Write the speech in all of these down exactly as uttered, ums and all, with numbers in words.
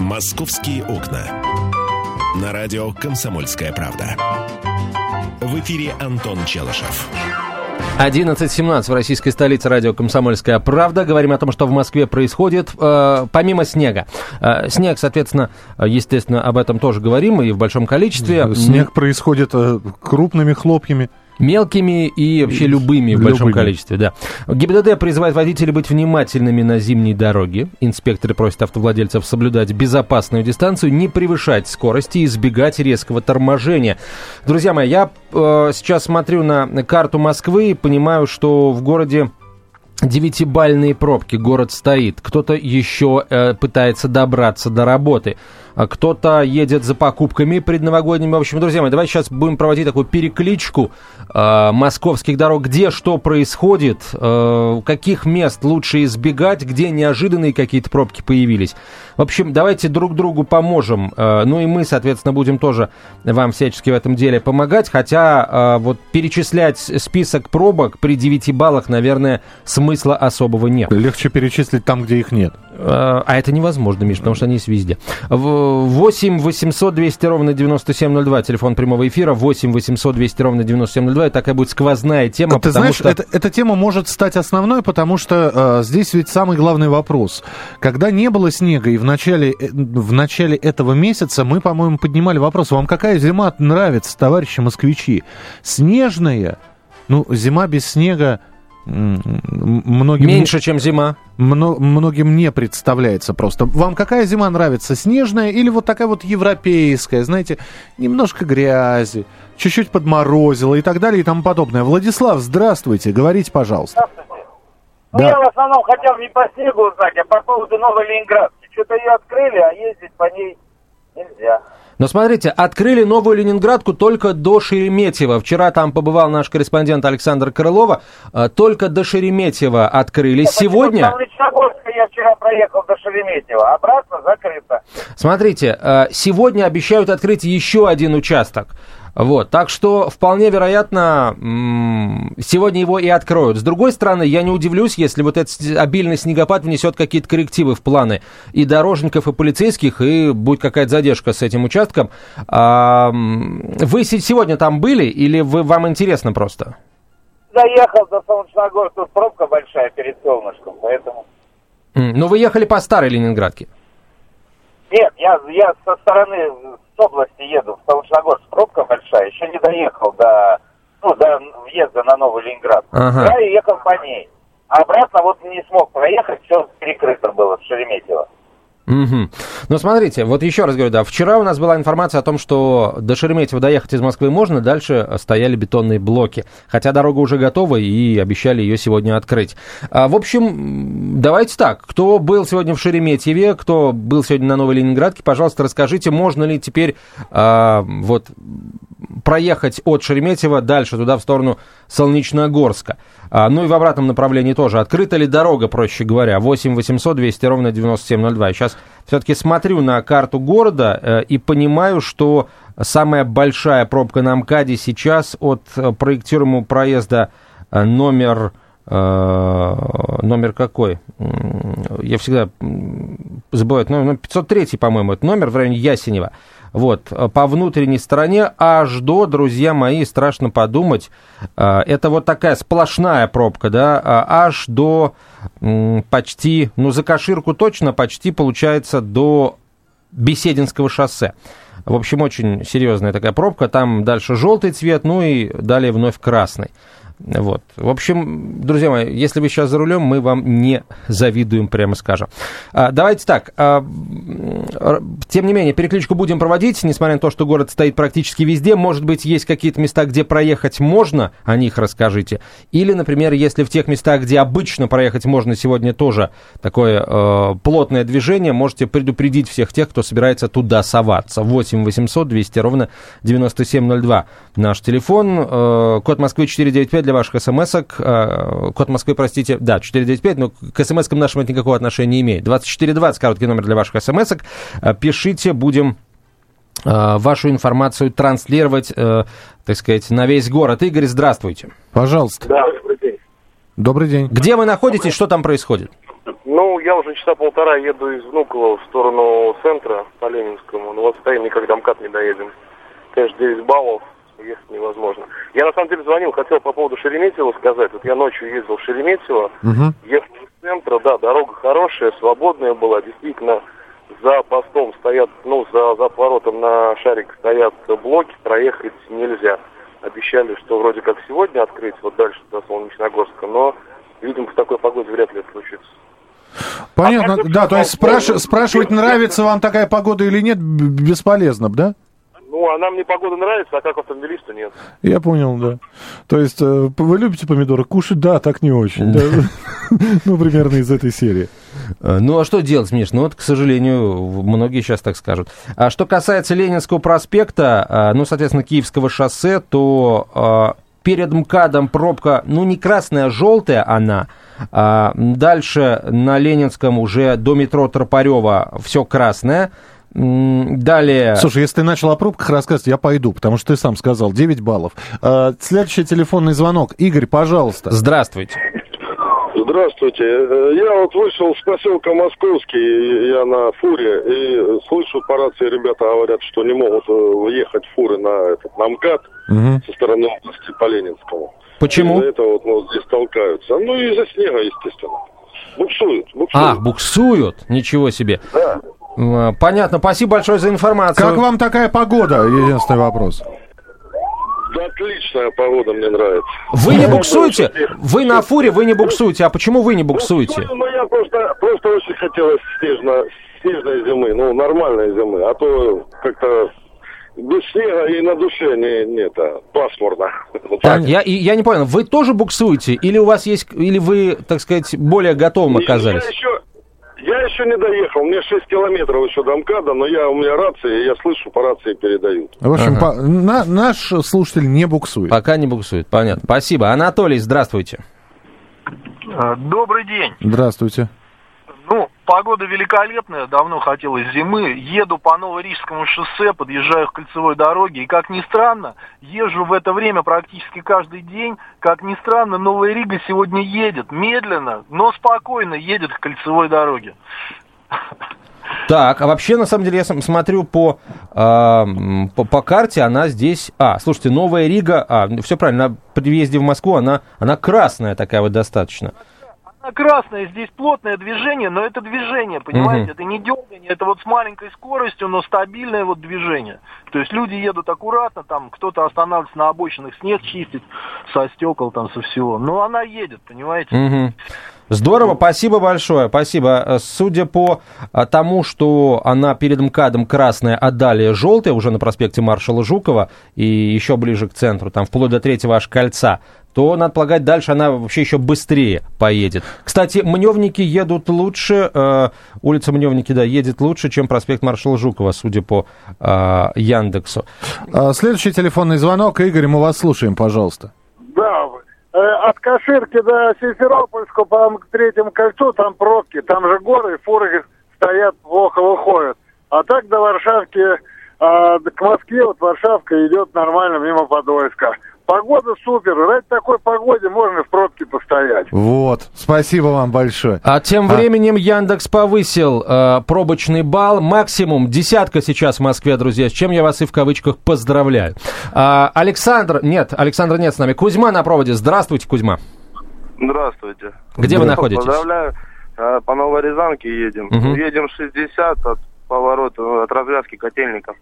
«Московские окна». На радио «Комсомольская правда». В эфире Антон Челышев. одиннадцать семнадцать в российской столице, радио «Комсомольская правда». Говорим о том, что в Москве происходит, э, помимо снега. Э, снег, соответственно, естественно, об этом тоже говорим, и в большом количестве. Снег происходит э, крупными хлопьями. Мелкими и вообще любыми в большом любыми. количестве, да. ГИБДД призывает водителей быть внимательными на зимней дороге. Инспекторы просят автовладельцев соблюдать безопасную дистанцию, не превышать скорости и избегать резкого торможения. Друзья мои, я э, сейчас смотрю на карту Москвы и понимаю, что в городе девятибалльные пробки, город стоит. Кто-то еще э, пытается добраться до работы. Кто-то едет за покупками предновогодними. В общем, друзья мои, давайте сейчас будем проводить такую перекличку э, московских дорог, где что происходит, э, каких мест лучше избегать, где неожиданные какие-то пробки появились. В общем, давайте друг другу поможем. Э, ну и мы, соответственно, будем тоже вам всячески в этом деле помогать. Хотя э, вот перечислять список пробок при девяти баллах, наверное, смысла особого нет. Легче перечислить там, где их нет. Э, а это невозможно, Миш, потому что они есть везде. восемь восемьсот двести ровно девяносто семь ноль два, телефон прямого эфира, восемь восемьсот двести ровно девяносто семь ноль два, и такая будет сквозная тема. Ты знаешь, что... это, эта тема может стать основной, потому что э, здесь ведь самый главный вопрос. Когда не было снега, и в начале, э, в начале этого месяца мы, по-моему, поднимали вопрос, вам какая зима нравится, товарищи москвичи? Снежная? Ну, зима без снега многим меньше, не, чем зима. Мно, многим не представляется просто. Вам какая зима нравится? Снежная или вот такая вот европейская? Знаете, немножко грязи, чуть-чуть подморозило и так далее и тому подобное. Владислав, здравствуйте, говорите, пожалуйста. Здравствуйте. Да. Ну, я в основном хотел не по снегу узнать, а по поводу Новой Ленинградки. Что-то ее открыли, а ездить по ней нельзя. Но смотрите, открыли Новую Ленинградку только до Шереметьево. Вчера там побывал наш корреспондент Александр Крылова. Только до Шереметьево открыли. Я Сегодня... Я вчера проехал до Шереметьево, обратно закрыто. Смотрите, сегодня обещают открыть еще один участок. Вот, так что вполне вероятно, сегодня его и откроют. С другой стороны, я не удивлюсь, если вот этот обильный снегопад внесет какие-то коррективы в планы и дорожников, и полицейских, и будет какая-то задержка с этим участком. Вы сегодня там были или вы, вам интересно просто? Доехал до Солнечногорска, тут пробка большая перед солнышком, поэтому... Ну, вы ехали по старой Ленинградке? Нет, я, я со стороны... с области еду, в Солнечногорск, пробка большая, еще не доехал до, ну, до въезда на Новую Ленинградку. Ага. Я ехал по ней, а обратно вот не смог проехать, все перекрыто было в Шереметьево. Угу. Ну, смотрите, вот еще раз говорю, да, вчера у нас была информация о том, что до Шереметьево доехать из Москвы можно, дальше стояли бетонные блоки, хотя дорога уже готова и обещали ее сегодня открыть. А, в общем, давайте так, кто был сегодня в Шереметьеве, кто был сегодня на Новой Ленинградке, пожалуйста, расскажите, можно ли теперь а, вот проехать от Шереметьево дальше, туда, в сторону Солнечногорска. А, ну и в обратном направлении тоже. Открыта ли дорога, проще говоря? восемь восемьсот двести ровно девяносто семь ноль два. Сейчас все-таки смотрю на карту города э, и понимаю, что самая большая пробка на МКАДе сейчас от э, проектируемого проезда э, номер... Э, номер какой? Я всегда забываю. Ну, пятьсот три, по-моему, это номер в районе Ясенева. Вот, по внутренней стороне аж до, друзья мои, страшно подумать, это вот такая сплошная пробка, да, аж до почти, ну, за Каширку точно, почти, получается, до Бесединского шоссе. В общем, очень серьезная такая пробка, там дальше желтый цвет, ну и далее вновь красный. Вот. В общем, друзья мои, если вы сейчас за рулем, мы вам не завидуем, прямо скажем. А, давайте так. А, тем не менее, перекличку будем проводить, несмотря на то, что город стоит практически везде. Может быть, есть какие-то места, где проехать можно, о них расскажите. Или, например, если в тех местах, где обычно проехать можно, сегодня тоже такое э, плотное движение, можете предупредить всех тех, кто собирается туда соваться. восемь восемьсот двести ровно девяносто семь ноль два. Наш телефон. Э, код Москвы четыре девять пять для ваших смс-ок. Э, код Москвы, простите, да, четыре девять пять, но к смс-кам нашим это никакого отношения не имеет. двадцать четыре двадцать, короткий номер для ваших смс-ок. Э, пишите, будем э, вашу информацию транслировать, э, так сказать, на весь город. Игорь, здравствуйте. Пожалуйста. Да, добрый день. Добрый день. Где вы находитесь, что там происходит? Ну, Ну, я уже часа полтора еду из Внуково в сторону центра по Ленинскому. Ну, вот стоим, никак до МКАД не доедем. Конечно, девять баллов, ехать невозможно. Я, на самом деле, звонил, хотел по поводу Шереметьево сказать. Вот я ночью ездил в Шереметьево, угу. ехал из центра, да, дорога хорошая, свободная была, действительно. За постом стоят, ну, за, за поворотом на Шарик стоят блоки, проехать нельзя. Обещали, что вроде как сегодня открыть, вот дальше до Солнечногорска, но, видимо, в такой погоде вряд ли это случится. Понятно, а да, то есть спраш... спрашивать, нравится вам такая погода или нет, бесполезно, да? Ну, а нам мне погода нравится, а как автомобилисту нет. Я понял, да. То есть вы любите помидоры кушать? Да, так не очень. Ну, примерно из этой серии. Ну, а что делать, Миш? Ну, вот, к сожалению, многие сейчас так скажут. А что касается Ленинского проспекта, ну, соответственно, Киевского шоссе, то перед МКАДом пробка, ну, не красная, а желтая она. А дальше на Ленинском уже до метро Тропарева все красное. Далее... Слушай, если ты начал о пробках рассказывать, я пойду, потому что ты сам сказал, девять баллов. А, следующий телефонный звонок. Игорь, пожалуйста. Здравствуйте. Здравствуйте. Я вот вышел с поселка Московский, я на фуре, и слышу по рации, ребята говорят, что не могут въехать фуры на этот на МКАД угу. со стороны области по Ленинскому. Почему? Из-за этого вот, ну, здесь толкаются. Ну, из-за снега, естественно. Буксуют, буксуют. А, буксуют? Ничего себе. Да. Понятно, спасибо большое за информацию. Как вам такая погода? Единственный вопрос. Да, отличная погода, мне нравится. Вы не буксуете? Вы на фуре, вы не буксуете. А почему вы не буксуете? Ну, я просто, просто очень хотелось снежно, снежной зимы, ну, нормальной зимы. А то как-то без снега и на душе не, не это, пасмурно. Так, я, я не понял, вы тоже буксуете? Или у вас есть, или вы, так сказать, более готовым оказались? Я еще... Я еще не доехал, мне шесть километров еще до МКАДа, но я, у меня рация, я слышу, по рации передают. В общем, ага. по, на, наш слушатель не буксует. Пока не буксует, понятно. Спасибо. Анатолий, здравствуйте. Добрый день. Здравствуйте. Ну, погода великолепная, давно хотелось зимы. Еду по Новорижскому шоссе, подъезжаю к кольцевой дороге, и, как ни странно, езжу в это время практически каждый день. Как ни странно, Новая Рига сегодня едет медленно, но спокойно едет к кольцевой дороге. Так, а вообще, на самом деле, я смотрю по, э, по, по карте, она здесь... А, слушайте, Новая Рига... А, все правильно, при въезде в Москву она, она красная такая вот достаточно. Красное, здесь плотное движение, но это движение, понимаете, uh-huh. это не дергание, это вот с маленькой скоростью, но стабильное вот движение. То есть люди едут аккуратно, там кто-то останавливается на обочинах, снег чистит со стекол, там со всего, но она едет, понимаете. Uh-huh. Здорово, спасибо большое, спасибо. Судя по тому, что она перед МКАДом красная, а далее желтая, уже на проспекте Маршала Жукова и еще ближе к центру, там вплоть до третьего аж кольца, то, надо полагать, дальше она вообще еще быстрее поедет. Кстати, Мневники едут лучше, э, улица Мневники, да, едет лучше, чем проспект Маршала Жукова, судя по э, Яндексу. Следующий телефонный звонок. Игорь, мы вас слушаем, пожалуйста. Да, от Каширки до Симферопольска по третьему кольцу там пробки, там же горы, фуры стоят, плохо выходят. А так до Варшавки, а, к Москве вот Варшавка идет нормально мимо Подольска. Погода супер. Ради такой погоде можно в пробке постоять. Вот. Спасибо вам большое. А тем а... временем Яндекс повысил э, пробочный балл. Максимум десятка сейчас в Москве, друзья, с чем я вас и в кавычках поздравляю. А, Александр, нет, Александр нет с нами. Кузьма на проводе. Здравствуйте, Кузьма. Здравствуйте. Где вы находитесь? Поздравляю. По Новой Рязанке едем. Угу. Едем шестьдесят от поворота, от развязки Котельников.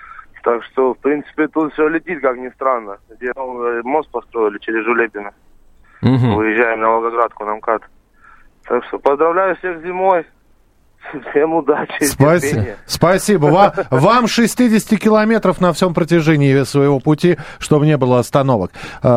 Так что, в принципе, тут все летит, как ни странно. Где мост построили через Жулебино. Угу. Выезжаем на Волгоградку, на МКАД. Так что поздравляю всех с зимой. Всем удачи. Спасибо. Спасибо. Вам, вам шестьдесят километров на всем протяжении своего пути, чтобы не было остановок.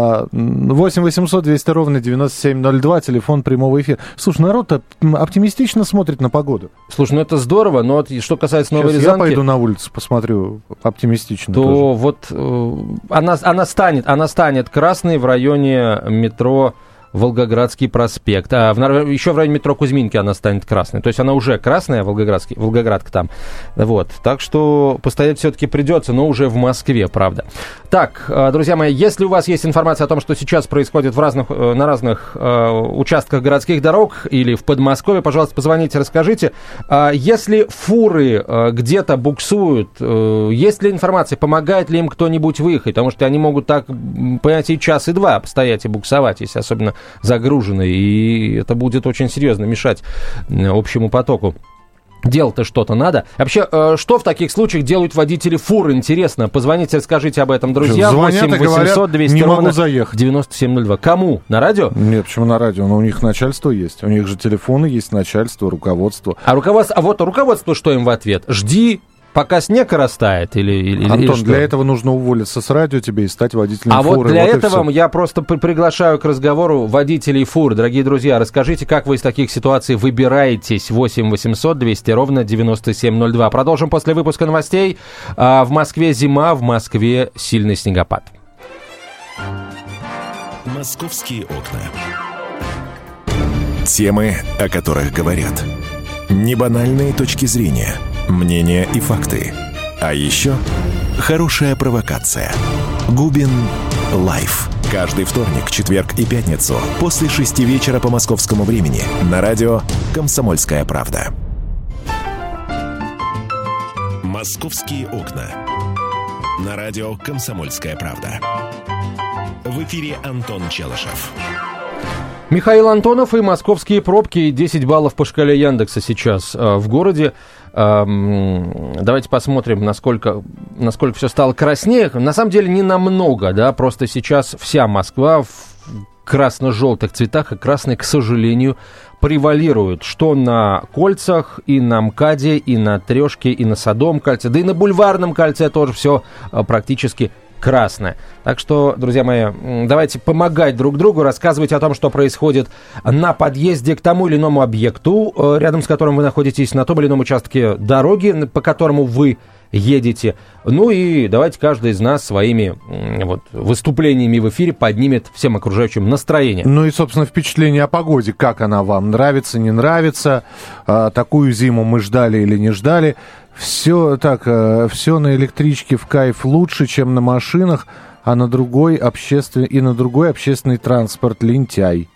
восемь восемьсот двести ровно девяносто семь ноль два, телефон прямого эфира. Слушай, народ оптимистично смотрит на погоду. Слушай, ну это здорово, но вот, что касается Новой Сейчас Рязанки... я пойду на улицу, посмотрю оптимистично. То тоже. вот э, она, она, станет, она станет красной в районе метро Волгоградский проспект. А в, еще в районе метро Кузьминки она станет красной. То есть она уже красная, Волгоградский, Волгоградка там. Вот. Так что постоять все-таки придется, но уже в Москве, правда. Так, друзья мои, если у вас есть информация о том, что сейчас происходит в разных, на разных э, участках городских дорог или в Подмосковье, пожалуйста, позвоните, расскажите. А если фуры э, где-то буксуют, э, есть ли информация, помогает ли им кто-нибудь выехать? Потому что они могут так, понимаете, и час, и два постоять и буксовать, если особенно загружены, и это будет очень серьезно мешать общему потоку. Делать-то что-то надо. Вообще, э, что в таких случаях делают водители фур? Интересно. Позвоните, расскажите об этом, друзья. Звонят и говорят, не могу заехать. девяносто семь ноль два. Кому? На радио? Нет, почему на радио? Но у них начальство есть. У них же телефоны есть, начальство, руководство. А руководство, а вот руководство что им в ответ? Жди, пока снег растает? Или, или, Антон, или что? для этого нужно уволиться с радио тебе и стать водителем а фуры. А вот для вот этого я просто при- приглашаю к разговору водителей фур. Дорогие друзья, расскажите, как вы из таких ситуаций выбираетесь. восемь восемьсот двести ровно девяносто семь ноль два. Продолжим после выпуска новостей. А в Москве зима, в Москве сильный снегопад. Московские окна. Темы, о которых говорят. Небанальные точки зрения. Мнения и факты. А еще хорошая провокация. Губин Лайф. Каждый вторник, четверг и пятницу после шести вечера по московскому времени на радио «Комсомольская правда». Московские окна. На радио «Комсомольская правда». В эфире Антон Челышев. Михаил Антонов и московские пробки. десять баллов по шкале Яндекса сейчас э, в городе. Э, давайте посмотрим, насколько, насколько все стало краснее. На самом деле не намного, да, просто сейчас вся Москва в красно-желтых цветах, и красный, к сожалению, превалирует. Что на кольцах, и на МКАДе, и на Трешке, и на Садовом кольце, да и на Бульварном кольце тоже все э, практически красное. Так что, друзья мои, давайте помогать друг другу, рассказывать о том, что происходит на подъезде к тому или иному объекту, рядом с которым вы находитесь, на том или ином участке дороги, по которому вы едете. Ну и давайте каждый из нас своими вот, выступлениями в эфире поднимет всем окружающим настроение. Ну и, собственно, впечатление о погоде. Как она вам? Нравится, не нравится? Такую зиму мы ждали или не ждали? Все так, все на электричке в кайф лучше, чем на машинах, а на другой общественный, и на другой общественный транспорт лентяй.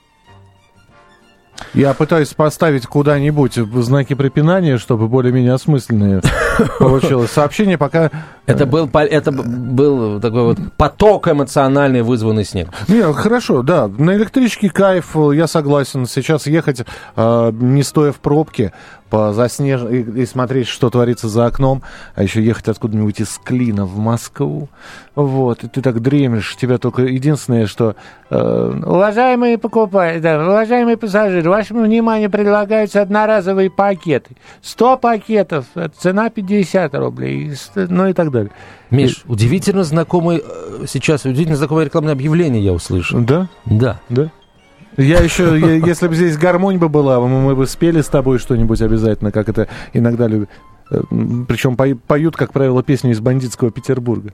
Я пытаюсь поставить куда-нибудь знаки препинания, чтобы более-менее осмысленные получилось сообщение, пока... Это был, это был такой вот поток эмоциональный, вызванный снегом. Нет, хорошо, да. На электричке кайф, я согласен. Сейчас ехать, э, не стоя в пробке, по заснеж... и, и смотреть, что творится за окном, а еще ехать откуда-нибудь из Клина в Москву. Вот, и ты так дремишь. Тебя только единственное, что... Э, уважаемые покупатели, да, уважаемые пассажиры, вашему вниманию предлагаются одноразовые пакеты. сто пакетов, цена пятьдесят рублей, ну и так далее. Миш, удивительно знакомый сейчас, удивительно знакомое рекламное объявление я услышал. Да? Да. Да. Я еще, я, если бы здесь гармонь бы была, мы, мы бы спели с тобой что-нибудь обязательно, как это иногда любят. Причем поют, как правило, песни из бандитского Петербурга.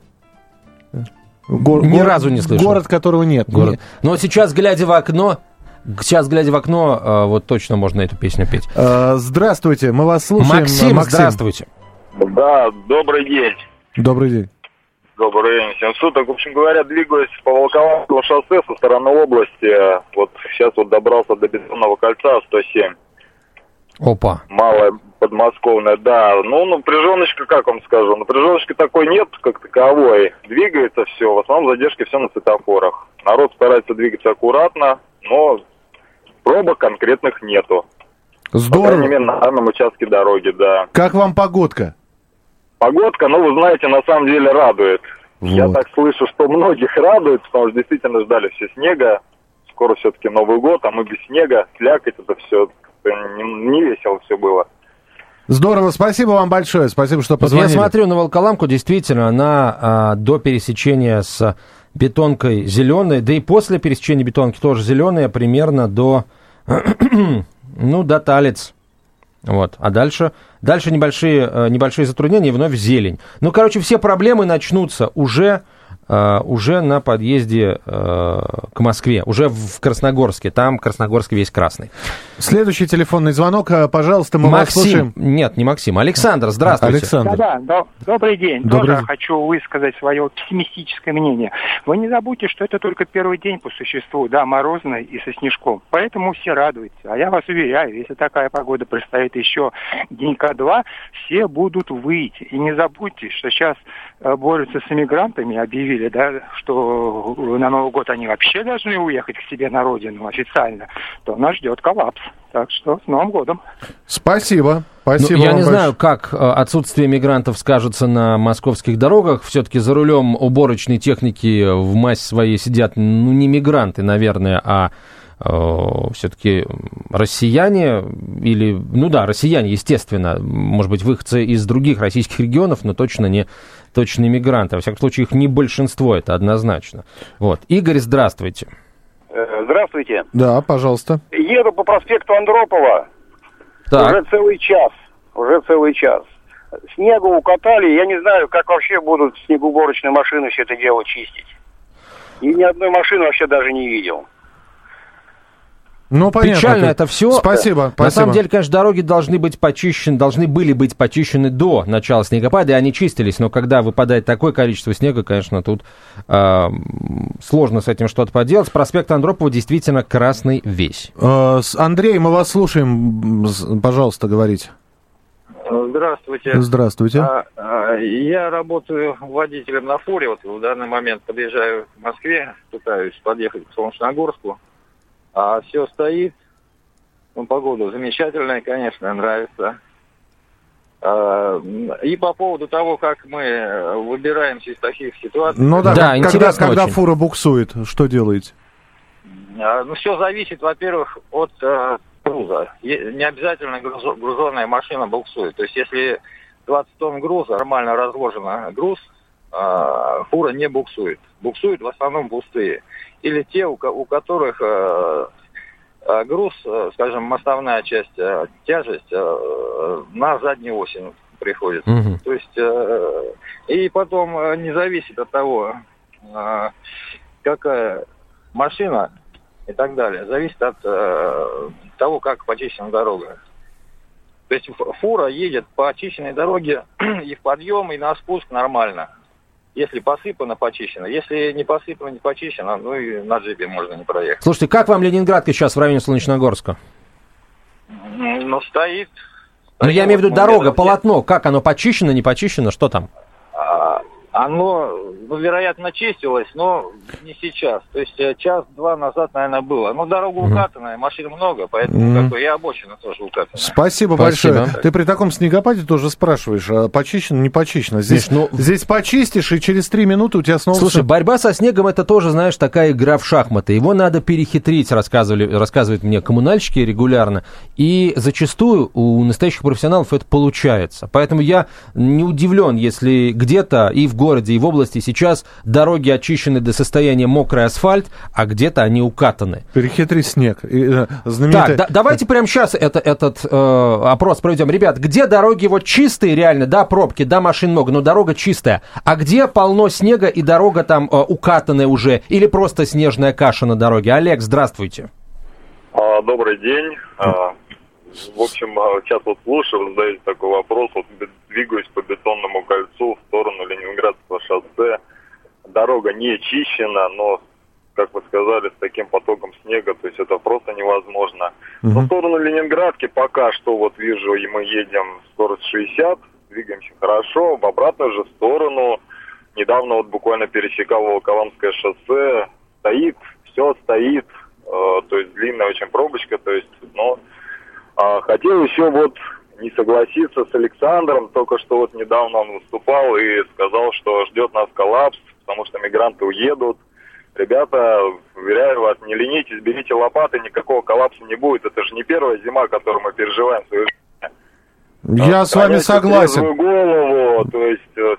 Гор, Ни город, разу не слышал. Город, которого нет. Город. нет. Но сейчас, глядя в окно, сейчас, глядя в окно, вот точно можно эту песню петь. Здравствуйте, мы вас слушаем. Максим, Максим. Здравствуйте. Да, добрый день. Добрый день. Добрый день, всем суток. В общем говоря, двигаюсь по Волоколамскому шоссе со стороны области. Вот сейчас вот добрался до Бетонного кольца сто семь. Опа. Малая подмосковная, да. Ну, напряженочка, как вам скажу, напряженочки такой нет, как таковой. Двигается все, в основном задержки все на светофорах. Народ старается двигаться аккуратно, но пробок конкретных нету. Здорово. По крайней мере, на данном участке дороги, да. Как вам погодка? Погодка, ну, вы знаете, на самом деле радует. Вот. Я так слышу, что многих радует, потому что действительно ждали все снега. Скоро все-таки Новый год, а мы без снега, слякоть, это все не, не весело все было. Здорово, спасибо вам большое, спасибо, что позвонили. Вот я смотрю на Волоколамку, действительно, она а, до пересечения с бетонкой зеленая, да и после пересечения бетонки тоже зеленая, примерно до, ну, до Талец. Вот. А дальше, дальше небольшие, небольшие затруднения и вновь зелень. Ну, короче, все проблемы начнутся уже Uh, уже на подъезде uh, к Москве, уже в Красногорске. Там Красногорск весь красный. Следующий телефонный звонок, пожалуйста, мы Максим. вас слушаем. Нет, не Максим. Александр, здравствуйте. Александр. Да, да, добрый день. Добрый... Тоже хочу высказать свое пессимистическое мнение. Вы не забудьте, что это только первый день по существу, да, морозный и со снежком. Поэтому все радуются. А я вас уверяю, если такая погода предстоит еще денька-два, все будут выйти. И не забудьте, что сейчас борются с иммигрантами, объявили, да, что на Новый год они вообще должны уехать к себе на родину официально, то нас ждет коллапс. Так что с Новым годом. Спасибо. Спасибо. Ну, я вам не большое. знаю, как отсутствие мигрантов скажется на московских дорогах. Все-таки за рулем уборочной техники в массе своей сидят, ну, не мигранты, наверное, а э, все-таки россияне или, ну да, россияне, естественно, может быть, выходцы из других российских регионов, но точно не точно мигранты. Во всяком случае, их не большинство, это однозначно. Вот. Игорь, здравствуйте. Здравствуйте. Да, пожалуйста. Еду по проспекту Андропова. Так. Уже целый час. Уже целый час. Снегу укатали. Я не знаю, как вообще будут снегоуборочные машины все это дело чистить. И ни одной машины вообще даже не видел. Ну, понятно. Печально это все. Спасибо, спасибо. На самом деле, конечно, дороги должны быть почищены, должны были быть почищены до начала снегопада, и они чистились. Но когда выпадает такое количество снега, конечно, тут э, сложно с этим что-то поделать. Проспект Андропова действительно красный весь. Э, Андрей, мы вас слушаем. Пожалуйста, говорите. Здравствуйте. Здравствуйте. А, а, я работаю водителем на фуре. Вот в данный момент подъезжаю к Москве, пытаюсь подъехать к Солнечногорску. А все стоит. Ну, погода замечательная, конечно, нравится. А, и по поводу того, как мы выбираемся из таких ситуаций... Ну да, да когда, интересно когда очень. фура буксует, что делаете? А, ну, все зависит, во-первых, от а, груза. Е- не обязательно груз- грузовая машина буксует. То есть, если двадцать тонн груза, нормально разложено груз, а, фура не буксует. Буксуют в основном пустые. Или те, у, ко- у которых э, э, груз, э, скажем, мостовая часть, э, тяжесть э, на заднюю ось приходит. Угу. То есть, э, и потом э, не зависит от того, э, какая машина и так далее. Зависит от э, того, как почищена дорога. То есть фура едет по очищенной дороге и в подъем, и на спуск нормально. Если посыпано, почищено. Если не посыпано, не почищено, ну и на джипе можно не проехать. Слушайте, как вам Ленинградка сейчас в районе Солнечногорска? Ну, стоит. Ну, я имею в виду Ну, дорога, где-то- полотно. Как оно, почищено, не почищено, что там? А, Оно, ну, вероятно, чистилось, но не сейчас. То есть э, час-два назад, наверное, было. Ну, дорога Мгм. укатанная, машин много, поэтому Мгм. как бы, и обочина тоже укатанная. Спасибо, Спасибо. большое. Ты при таком снегопаде тоже спрашиваешь, а почищено, не почищено. Здесь, Миш, ну- здесь почистишь, и через три минуты у тебя снова... Слушай, всё- борьба со снегом — это тоже, знаешь, такая игра в шахматы. Его надо перехитрить, рассказывали, рассказывают мне коммунальщики регулярно. И зачастую у настоящих профессионалов это получается. Поэтому я не удивлен, если где-то и в городе, и в области сейчас дороги очищены до состояния мокрый асфальт, а где-то они укатаны. Перехитри снег. И, э, знаменитый... Так, да- давайте прямо сейчас это, этот э, опрос проведем. Ребят, где дороги вот чистые реально, да, пробки, да, машин много, но дорога чистая. А где полно снега и дорога там э, укатанная уже, или просто снежная каша на дороге? Олег, здравствуйте. А, добрый день. А, в общем, а, сейчас вот слушаю, задаете такой вопрос. Вот бе- двигаюсь по бетонному кольцу в сторону Ленинградского шоссе. Дорога не чищена, но, как вы сказали, с таким потоком снега, то есть это просто невозможно. Мгм. В сторону Ленинградки пока что вот вижу, и мы едем скорость шестьдесят, двигаемся хорошо. В обратную же сторону недавно вот буквально пересекал Волоколамское шоссе, стоит, все стоит, э, то есть длинная очень пробочка, то есть, но э, хотел еще вот не согласиться с Александром, только что вот недавно он выступал и сказал, что ждет нас коллапс, потому что мигранты уедут. Ребята, уверяю вас, не ленитесь, берите лопаты, никакого коллапса не будет. Это же не первая зима, которую мы переживаем в своей жизни. Я с вами Гоняйте согласен. трезвую голову, то есть э, следите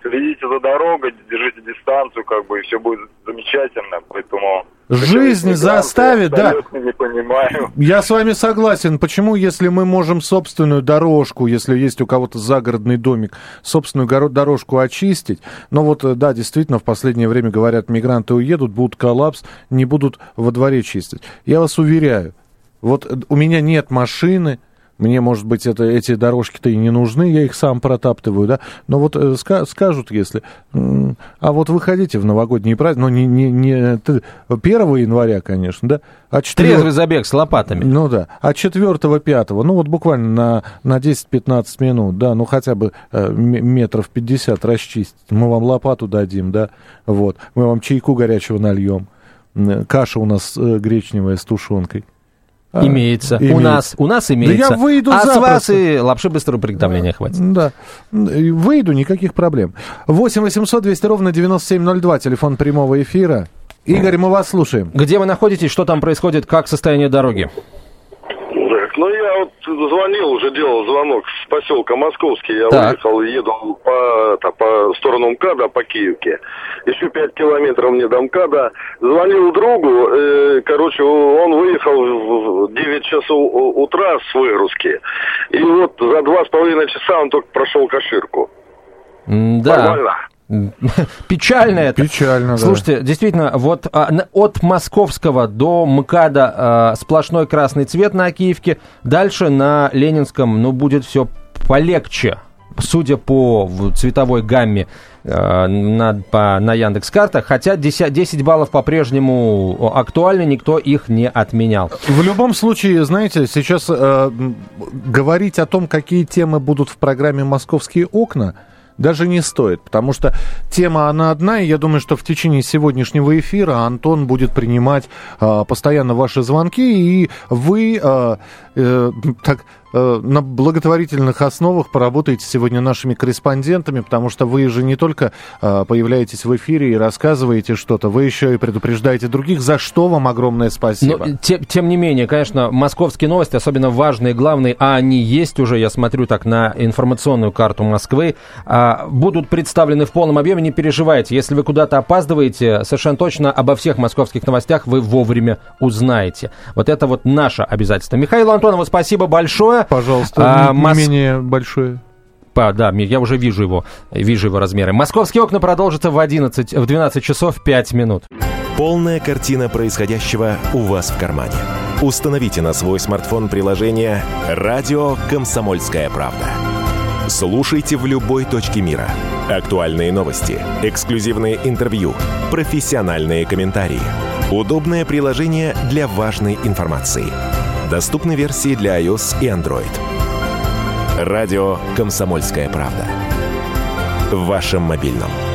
следите за дорогой, держите дистанцию, как бы, и все будет замечательно, поэтому... Жизнь заставит, да. Не понимаю. Я с вами согласен. Почему, если мы можем собственную дорожку, если есть у кого-то загородный домик, собственную дорожку очистить? Но вот, да, действительно, в последнее время, говорят, мигранты уедут, будут коллапс, не будут во дворе чистить. Я вас уверяю, вот у меня нет машины, мне, может быть, это, эти дорожки-то и не нужны, я их сам протаптываю, да, но вот э, ска- скажут, если, м- а вот выходите в новогодние праздники, ну, не, не, не первого января, конечно, да, а четвёртого... Трезвый забег с лопатами. Ну да, а четвёртого, пятого, ну вот буквально на, на десять-пятнадцать минут, да, ну хотя бы э, метров пятьдесят расчистить, мы вам лопату дадим, да, вот, мы вам чайку горячего нальем, каша у нас э, гречневая с тушенкой. Имеется. Имеется. У нас, у нас имеется. Да я выйду а запросто. С вас и лапши быстрого приготовления хватит. Да. Выйду, никаких проблем. восемь восемьсот двести ровно девяносто семь ноль два, телефон прямого эфира. Игорь, мы вас слушаем. Где вы находитесь, что там происходит, как состояние дороги? Ну, я вот звонил, уже делал звонок с поселка Московский. Я так. выехал, еду по, это, по сторону МКАДа, по Киевке. Еще пять километров мне до МКАДа. Звонил другу, э, короче, он выехал в девять часов утра с выгрузки. И вот за два с половиной часа он только прошел Каширку. Да. Нормально. Печально это. Печально, Слушайте, да. действительно, вот а, от Московского до МКАДа а, сплошной красный цвет на Киевке. Дальше на Ленинском, ну, будет все полегче. Судя по цветовой гамме э, на, по, на Яндекс.Картах, хотя десять, десять баллов по-прежнему актуальны, никто их не отменял. В любом случае, знаете, сейчас э, говорить о том, какие темы будут в программе «Московские окна», даже не стоит, потому что тема, она одна, и я думаю, что в течение сегодняшнего эфира Антон будет принимать э, постоянно ваши звонки, и вы э, э, так э, на благотворительных основах поработаете сегодня нашими корреспондентами, потому что вы же не только э, появляетесь в эфире и рассказываете что-то, вы еще и предупреждаете других, за что вам огромное спасибо. Но, тем, тем не менее, конечно, московские новости, особенно важные, главные, а они есть уже, я смотрю так на информационную карту Москвы, будут представлены в полном объеме, не переживайте. Если вы куда-то опаздываете, совершенно точно обо всех московских новостях вы вовремя узнаете. Вот это вот наше обязательство. Михаилу Антонову спасибо большое. Пожалуйста, а, не Мос... менее большое. Па, да, я уже вижу его, вижу его размеры. «Московские окна» продолжатся в, одиннадцать, в двенадцать часов пять минут. Полная картина происходящего у вас в кармане. Установите на свой смартфон приложение «Радио Комсомольская правда». Слушайте в любой точке мира. Актуальные новости, эксклюзивные интервью, профессиональные комментарии. Удобное приложение для важной информации. Доступны версии для iOS и Android. Радио «Комсомольская правда». В вашем мобильном.